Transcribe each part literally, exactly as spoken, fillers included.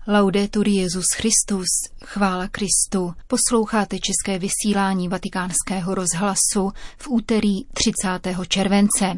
Laudetur Jesus Christus, chvála Kristu. Posloucháte české vysílání Vatikánského rozhlasu v úterý třicátého července.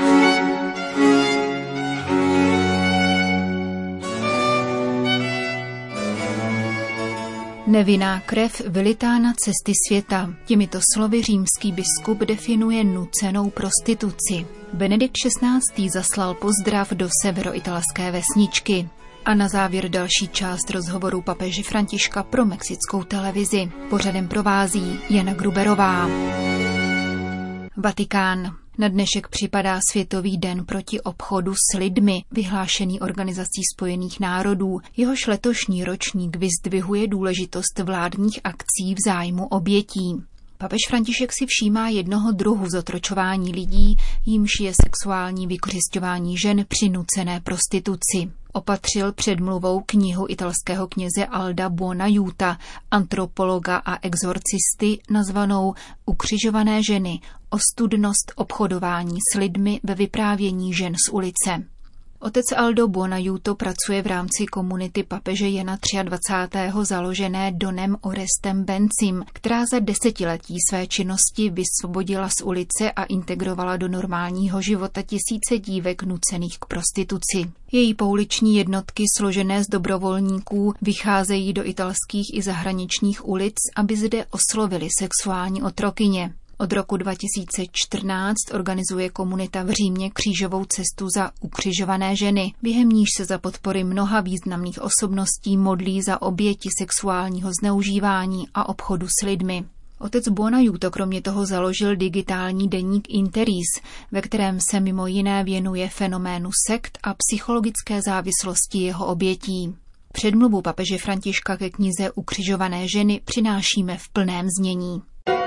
Nevinná krev vylitá na cesty světa. Těmito slovy římský biskup definuje nucenou prostituci. Benedikt šestnáctý zaslal pozdrav do severoitalské vesničky. A na závěr další část rozhovoru papeže Františka pro mexickou televizi. Pořadem provází Jana Gruberová. Vatikán. Na dnešek připadá Světový den proti obchodu s lidmi, vyhlášený Organizací spojených národů. Jehož letošní ročník vyzdvihuje důležitost vládních akcí v zájmu obětí. Papež František si všímá jednoho druhu zotročování lidí, jímž je sexuální vykořisťování žen při nucené prostituci. Opatřil předmluvou knihu italského kněze Alda Buonaiuta, antropologa a exorcisty, nazvanou Ukřižované ženy, ostudnost obchodování s lidmi ve vyprávění žen z ulice. Otec Aldo Buonaiuto pracuje v rámci komunity papeže Jana dvacátého třetího založené Donem Orestem Bencim, která za desetiletí své činnosti vysvobodila z ulice a integrovala do normálního života tisíce dívek nucených k prostituci. Její pouliční jednotky složené z dobrovolníků vycházejí do italských i zahraničních ulic, aby zde oslovili sexuální otrokyně. Od roku dva tisíce čtrnáct organizuje komunita v Římě křížovou cestu za ukřižované ženy, během níž se za podpory mnoha významných osobností modlí za oběti sexuálního zneužívání a obchodu s lidmi. Otec Buonaiuto kromě toho založil digitální deník Interis, ve kterém se mimo jiné věnuje fenoménu sekt a psychologické závislosti jeho obětí. Předmluvu papeže Františka ke knize Ukřižované ženy přinášíme v plném znění.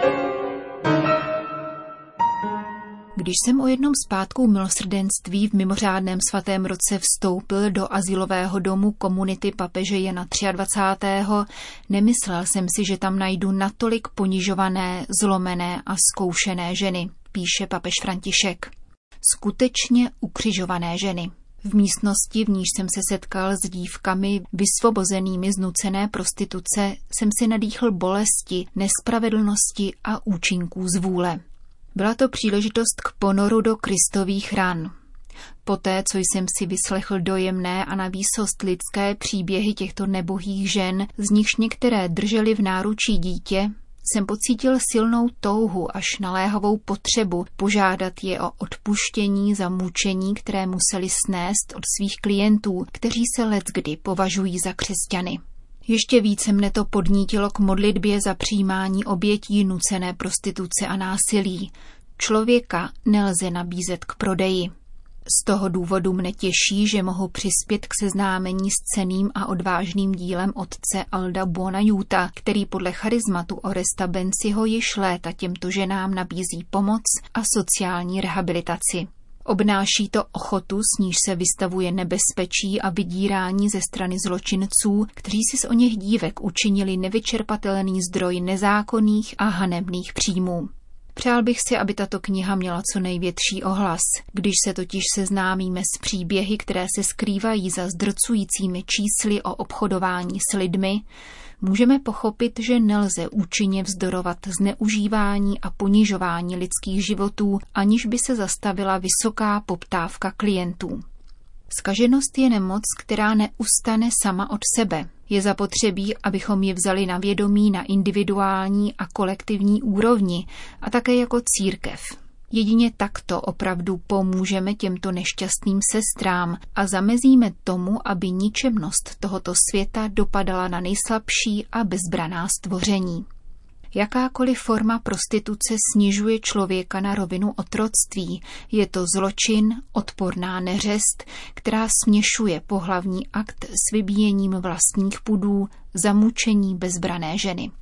Když jsem o jednom z pátků milosrdenství v mimořádném svatém roce vstoupil do azylového domu komunity papeže Jana dvacátého třetího, nemyslel jsem si, že tam najdu natolik ponižované, zlomené a zkoušené ženy, píše papež František. Skutečně ukřižované ženy. V místnosti, v níž jsem se setkal s dívkami vysvobozenými z nucené prostituce, jsem si nadýchl bolesti, nespravedlnosti a účinků zvůle. Byla to příležitost k ponoru do Kristových ran. Poté, co jsem si vyslechl dojemné a navýsost lidské příběhy těchto nebohých žen, z nichž některé držely v náručí dítě, jsem pocítil silnou touhu až naléhavou potřebu požádat je o odpuštění za mučení, které museli snést od svých klientů, kteří se leckdy považují za křesťany. Ještě více mne to podnítilo k modlitbě za přijímání obětí nucené prostituce a násilí. Člověka nelze nabízet k prodeji. Z toho důvodu mne těší, že mohu přispět k seznámení s cenným a odvážným dílem otce Alda Buonaiuta, který podle charizmatu Oresta Benciho již léta těmto ženám nabízí pomoc a sociální rehabilitaci. Obnáší to ochotu, s níž se vystavuje nebezpečí a vydírání ze strany zločinců, kteří si z oněch dívek učinili nevyčerpatelný zdroj nezákonných a hanebných příjmů. Přál bych si, aby tato kniha měla co největší ohlas. Když se totiž seznámíme s příběhy, které se skrývají za zdrcujícími čísly o obchodování s lidmi, můžeme pochopit, že nelze účinně vzdorovat zneužívání a ponižování lidských životů, aniž by se zastavila vysoká poptávka klientů. Zkaženost je nemoc, která neustane sama od sebe. Je zapotřebí, abychom ji vzali na vědomí na individuální a kolektivní úrovni a také jako církev. Jedině takto opravdu pomůžeme těmto nešťastným sestrám a zamezíme tomu, aby ničemnost tohoto světa dopadala na nejslabší a bezbraná stvoření. Jakákoliv forma prostituce snižuje člověka na rovinu otroctví. Je to zločin, odporná neřest, která směšuje pohlavní akt s vybíjením vlastních pudů, zamučení bezbrané ženy.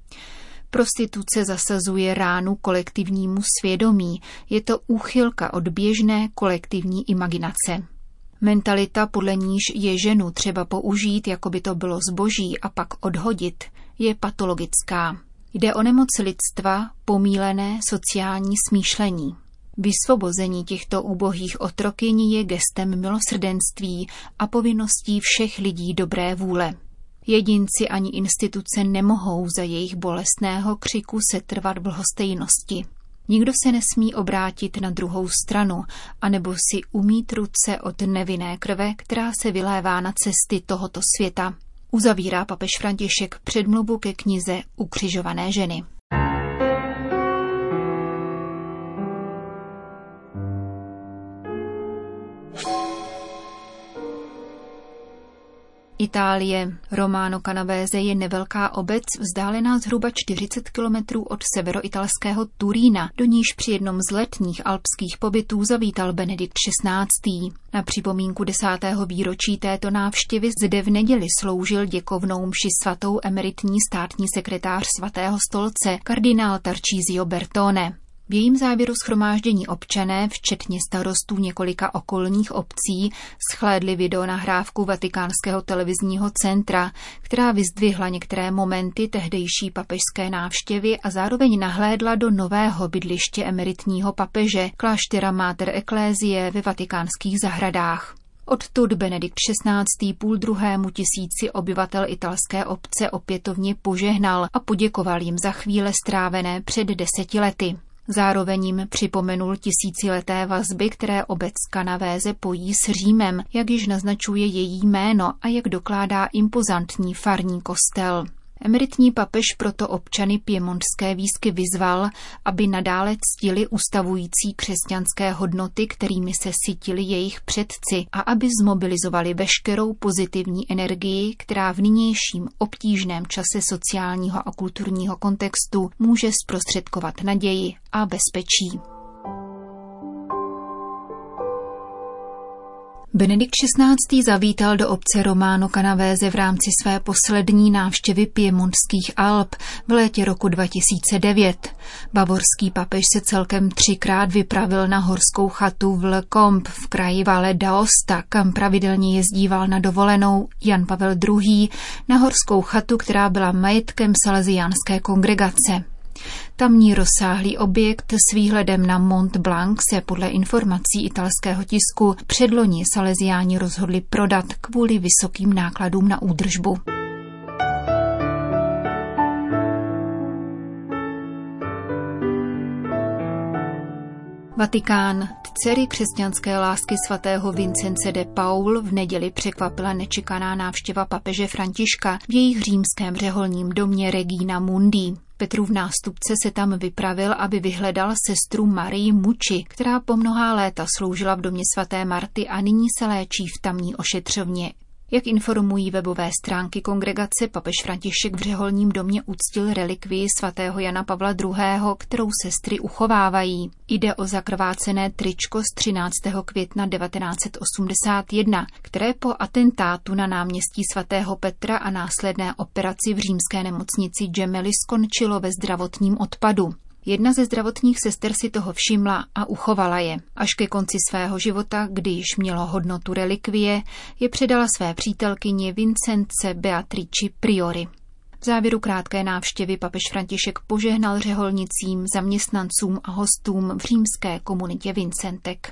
Prostituce zasazuje ránu kolektivnímu svědomí. Je to úchylka od běžné kolektivní imaginace. Mentalita, podle níž je ženu třeba použít, jako by to bylo zboží a pak odhodit, je patologická. Jde o nemoc lidstva, pomílené sociální smýšlení. Vysvobození těchto ubohých otrokyň je gestem milosrdenství a povinností všech lidí dobré vůle. Jedinci ani instituce nemohou za jejich bolestného křiku setrvat v lhostejnosti. Nikdo se nesmí obrátit na druhou stranu, anebo si umýt ruce od nevinné krve, která se vylévá na cesty tohoto světa. Uzavírá papež František předmluvu ke knize Ukřižované ženy. Itálie. Romano Canavese je nevelká obec vzdálená zhruba čtyřicet kilometrů od severoitalského Turína, do níž při jednom z letních alpských pobytů zavítal Benedikt šestnáctý. Na připomínku desátého výročí této návštěvy zde v neděli sloužil děkovnou mši svatou emeritní státní sekretář Svatého stolce kardinál Tarcísio Bertone. V jejím závěru shromáždění občané, včetně starostů několika okolních obcí, shlédli videonahrávku Vatikánského televizního centra, která vyzdvihla některé momenty tehdejší papežské návštěvy a zároveň nahlédla do nového bydliště emeritního papeže, kláštera Mater Ecclesiae ve vatikánských zahradách. Odtud Benedikt šestnáctý půl druhému tisíci obyvatel italské obce opětovně požehnal a poděkoval jim za chvíle strávené před deseti lety. Zároveň jim připomenul tisícileté vazby, které obec Canavese pojí s Římem, jak již naznačuje její jméno a jak dokládá impozantní farní kostel. Emeritní papež proto občany piemontské výsky vyzval, aby nadále ctili ustavující křesťanské hodnoty, kterými se sytili jejich předci, a aby zmobilizovali veškerou pozitivní energii, která v nynějším obtížném čase sociálního a kulturního kontextu může zprostředkovat naději a bezpečí. Benedikt šestnáctý zavítal do obce Romano Canavese v rámci své poslední návštěvy piemontských Alp v létě roku dva tisíce devět. Bavorský papež se celkem třikrát vypravil na horskou chatu v Le Combe v kraji Valle d'Aosta, kam pravidelně jezdíval na dovolenou Jan Pavel druhý, na horskou chatu, která byla majetkem salesiánské kongregace. Tamní rozsáhlý objekt s výhledem na Mont Blanc se podle informací italského tisku předloni salesiáni rozhodli prodat kvůli vysokým nákladům na údržbu. Vatikán. Dcery křesťanské lásky svatého Vincence de Paul v neděli překvapila nečekaná návštěva papeže Františka v jejich římském řeholním domě Regina Mundi. Petrův nástupce se tam vypravil, aby vyhledal sestru Marii Muči, která po mnohá léta sloužila v domě svaté Marty a nyní se léčí v tamní ošetřovně. Jak informují webové stránky kongregace, papež František v řeholním domě uctil relikvii svatého Jana Pavla druhého., kterou sestry uchovávají. Jde o zakrvácené tričko z třináctého května devatenáct set osmdesát jedna, které po atentátu na náměstí svatého Petra a následné operaci v římské nemocnici Gemelli skončilo ve zdravotním odpadu. Jedna ze zdravotních sester si toho všimla a uchovala je. Až ke konci svého života, kdy již mělo hodnotu relikvie, je předala své přítelkyni Vincence Beatrici Priori. V závěru krátké návštěvy papež František požehnal řeholnicím, zaměstnancům a hostům v římské komunitě Vincentek.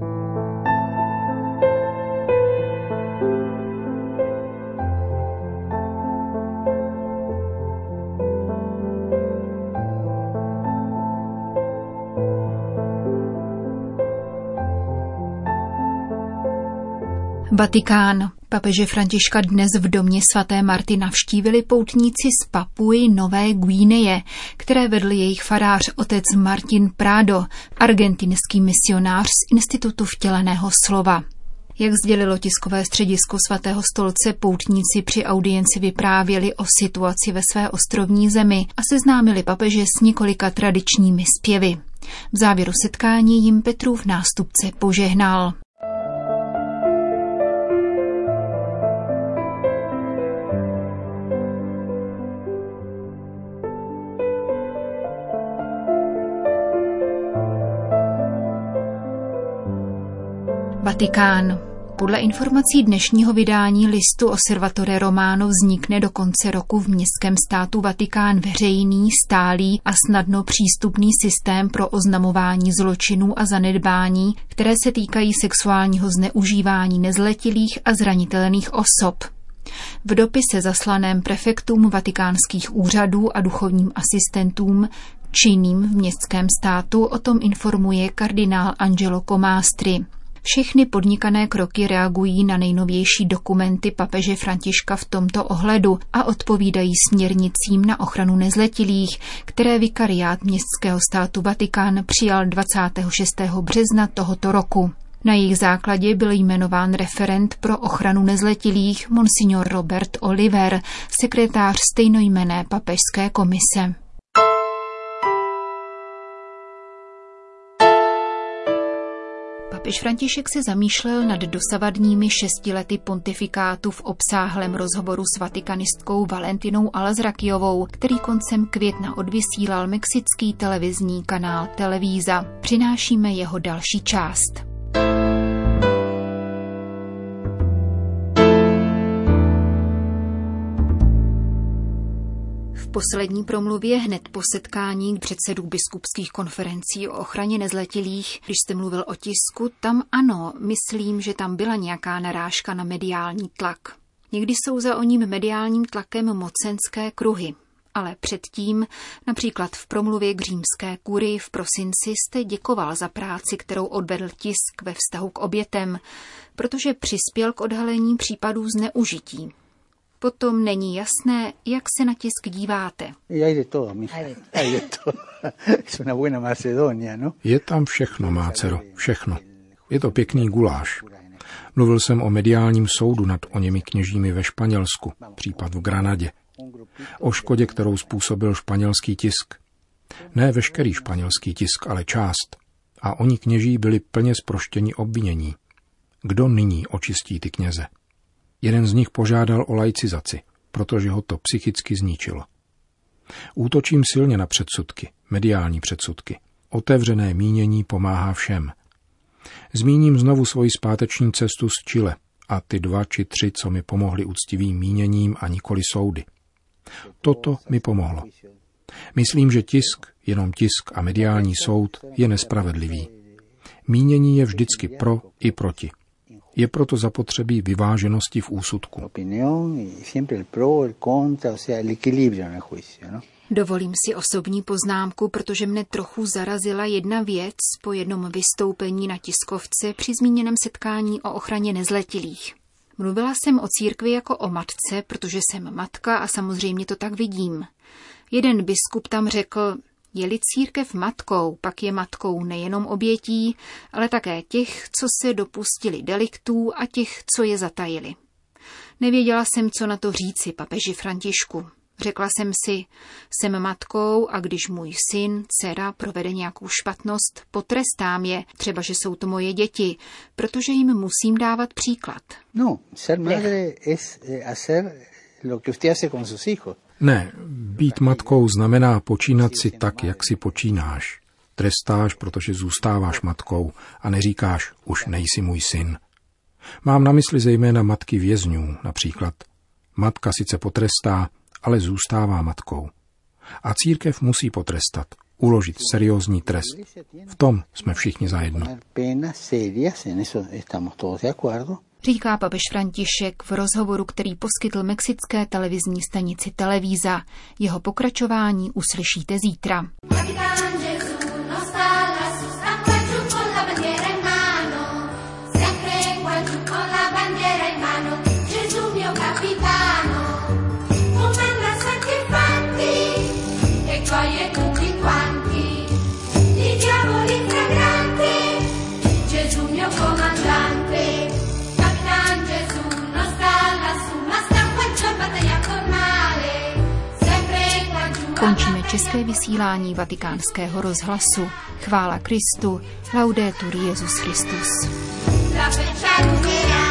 Vatikán. Papeže Františka dnes v domě svaté Marty navštívili poutníci z Papuji Nové Guineje, které vedl jejich farář otec Martin Prado, argentinský misionář z Institutu vtěleného slova. Jak sdělilo tiskové středisko svatého stolce, poutníci při audienci vyprávěli o situaci ve své ostrovní zemi a seznámili papeže s několika tradičními zpěvy. V závěru setkání jim Petrův nástupce požehnal. Vatikán. Podle informací dnešního vydání listu Osservatore Romano vznikne do konce roku v městském státu Vatikán veřejný, stálý a snadno přístupný systém pro oznamování zločinů a zanedbání, které se týkají sexuálního zneužívání nezletilých a zranitelných osob. V dopise zaslaném prefektům vatikánských úřadů a duchovním asistentům činným v městském státu o tom informuje kardinál Angelo Comastri. Všechny podnikané kroky reagují na nejnovější dokumenty papeže Františka v tomto ohledu a odpovídají směrnicím na ochranu nezletilých, které vikariát městského státu Vatikán přijal dvacátého šestého března tohoto roku. Na jejich základě byl jmenován referent pro ochranu nezletilých monsignor Robert Oliver, sekretář stejnojmenné papežské komise. Papež František se zamýšlel nad dosavadními šesti lety pontifikátu v obsáhlém rozhovoru s vatikanistkou Valentinou Alazrakijovou, který koncem května odvysílal mexický televizní kanál Televisa. Přinášíme jeho další část. V poslední promluvě hned po setkání předsedů biskupských konferencí o ochraně nezletilých, když jste mluvil o tisku, tam ano, myslím, že tam byla nějaká narážka na mediální tlak. Někdy jsou za oním mediálním tlakem mocenské kruhy, ale předtím, například v promluvě k římské kurii v prosinci, jste děkoval za práci, kterou odvedl tisk ve vztahu k obětem, protože přispěl k odhalení případů zneužití. Potom není jasné, jak se na tisk díváte. Je tam všechno, má dcero, všechno. Je to pěkný guláš. Mluvil jsem o mediálním soudu nad oněmi kněžími ve Španělsku, případ v Granadě. O škodě, kterou způsobil španělský tisk. Ne veškerý španělský tisk, ale část. A oni kněží byli plně zproštěni obvinění. Kdo nyní očistí ty kněze? Jeden z nich požádal o laicizaci, protože ho to psychicky zničilo. Útočím silně na předsudky, mediální předsudky. Otevřené mínění pomáhá všem. Zmíním znovu svoji zpáteční cestu z Chile a ty dva či tři, co mi pomohli úctivým míněním a nikoli soudy. Toto mi pomohlo. Myslím, že tisk, jenom tisk a mediální soud je nespravedlivý. Mínění je vždycky pro i proti. Je proto zapotřebí vyváženosti v úsudku. Dovolím si osobní poznámku, protože mne trochu zarazila jedna věc po jednom vystoupení na tiskovce při zmíněném setkání o ochraně nezletilých. Mluvila jsem o církvi jako o matce, protože jsem matka a samozřejmě to tak vidím. Jeden biskup tam řekl: je-li církev matkou, pak je matkou nejenom obětí, ale také těch, co se dopustili deliktů a těch, co je zatajili. Nevěděla jsem, co na to říci papeži Františku. Řekla jsem si, jsem matkou a když můj syn, dcera provede nějakou špatnost, potrestám je, třeba že jsou to moje děti, protože jim musím dávat příklad. No, ser madre es hacer lo que usted hace con sus hijos. Ne, být matkou znamená počínat si tak, jak si počínáš. Trestáš, protože zůstáváš matkou a neříkáš, už nejsi můj syn. Mám na mysli zejména matky vězňů, například. Matka sice potrestá, ale zůstává matkou. A církev musí potrestat, uložit seriózní trest. V tom jsme všichni zajedno. Říká papež František v rozhovoru, který poskytl mexické televizní stanici Televisa. Jeho pokračování uslyšíte zítra. Končíme české vysílání Vatikánského rozhlasu. Chvála Kristu, laudetur Jesus Christus.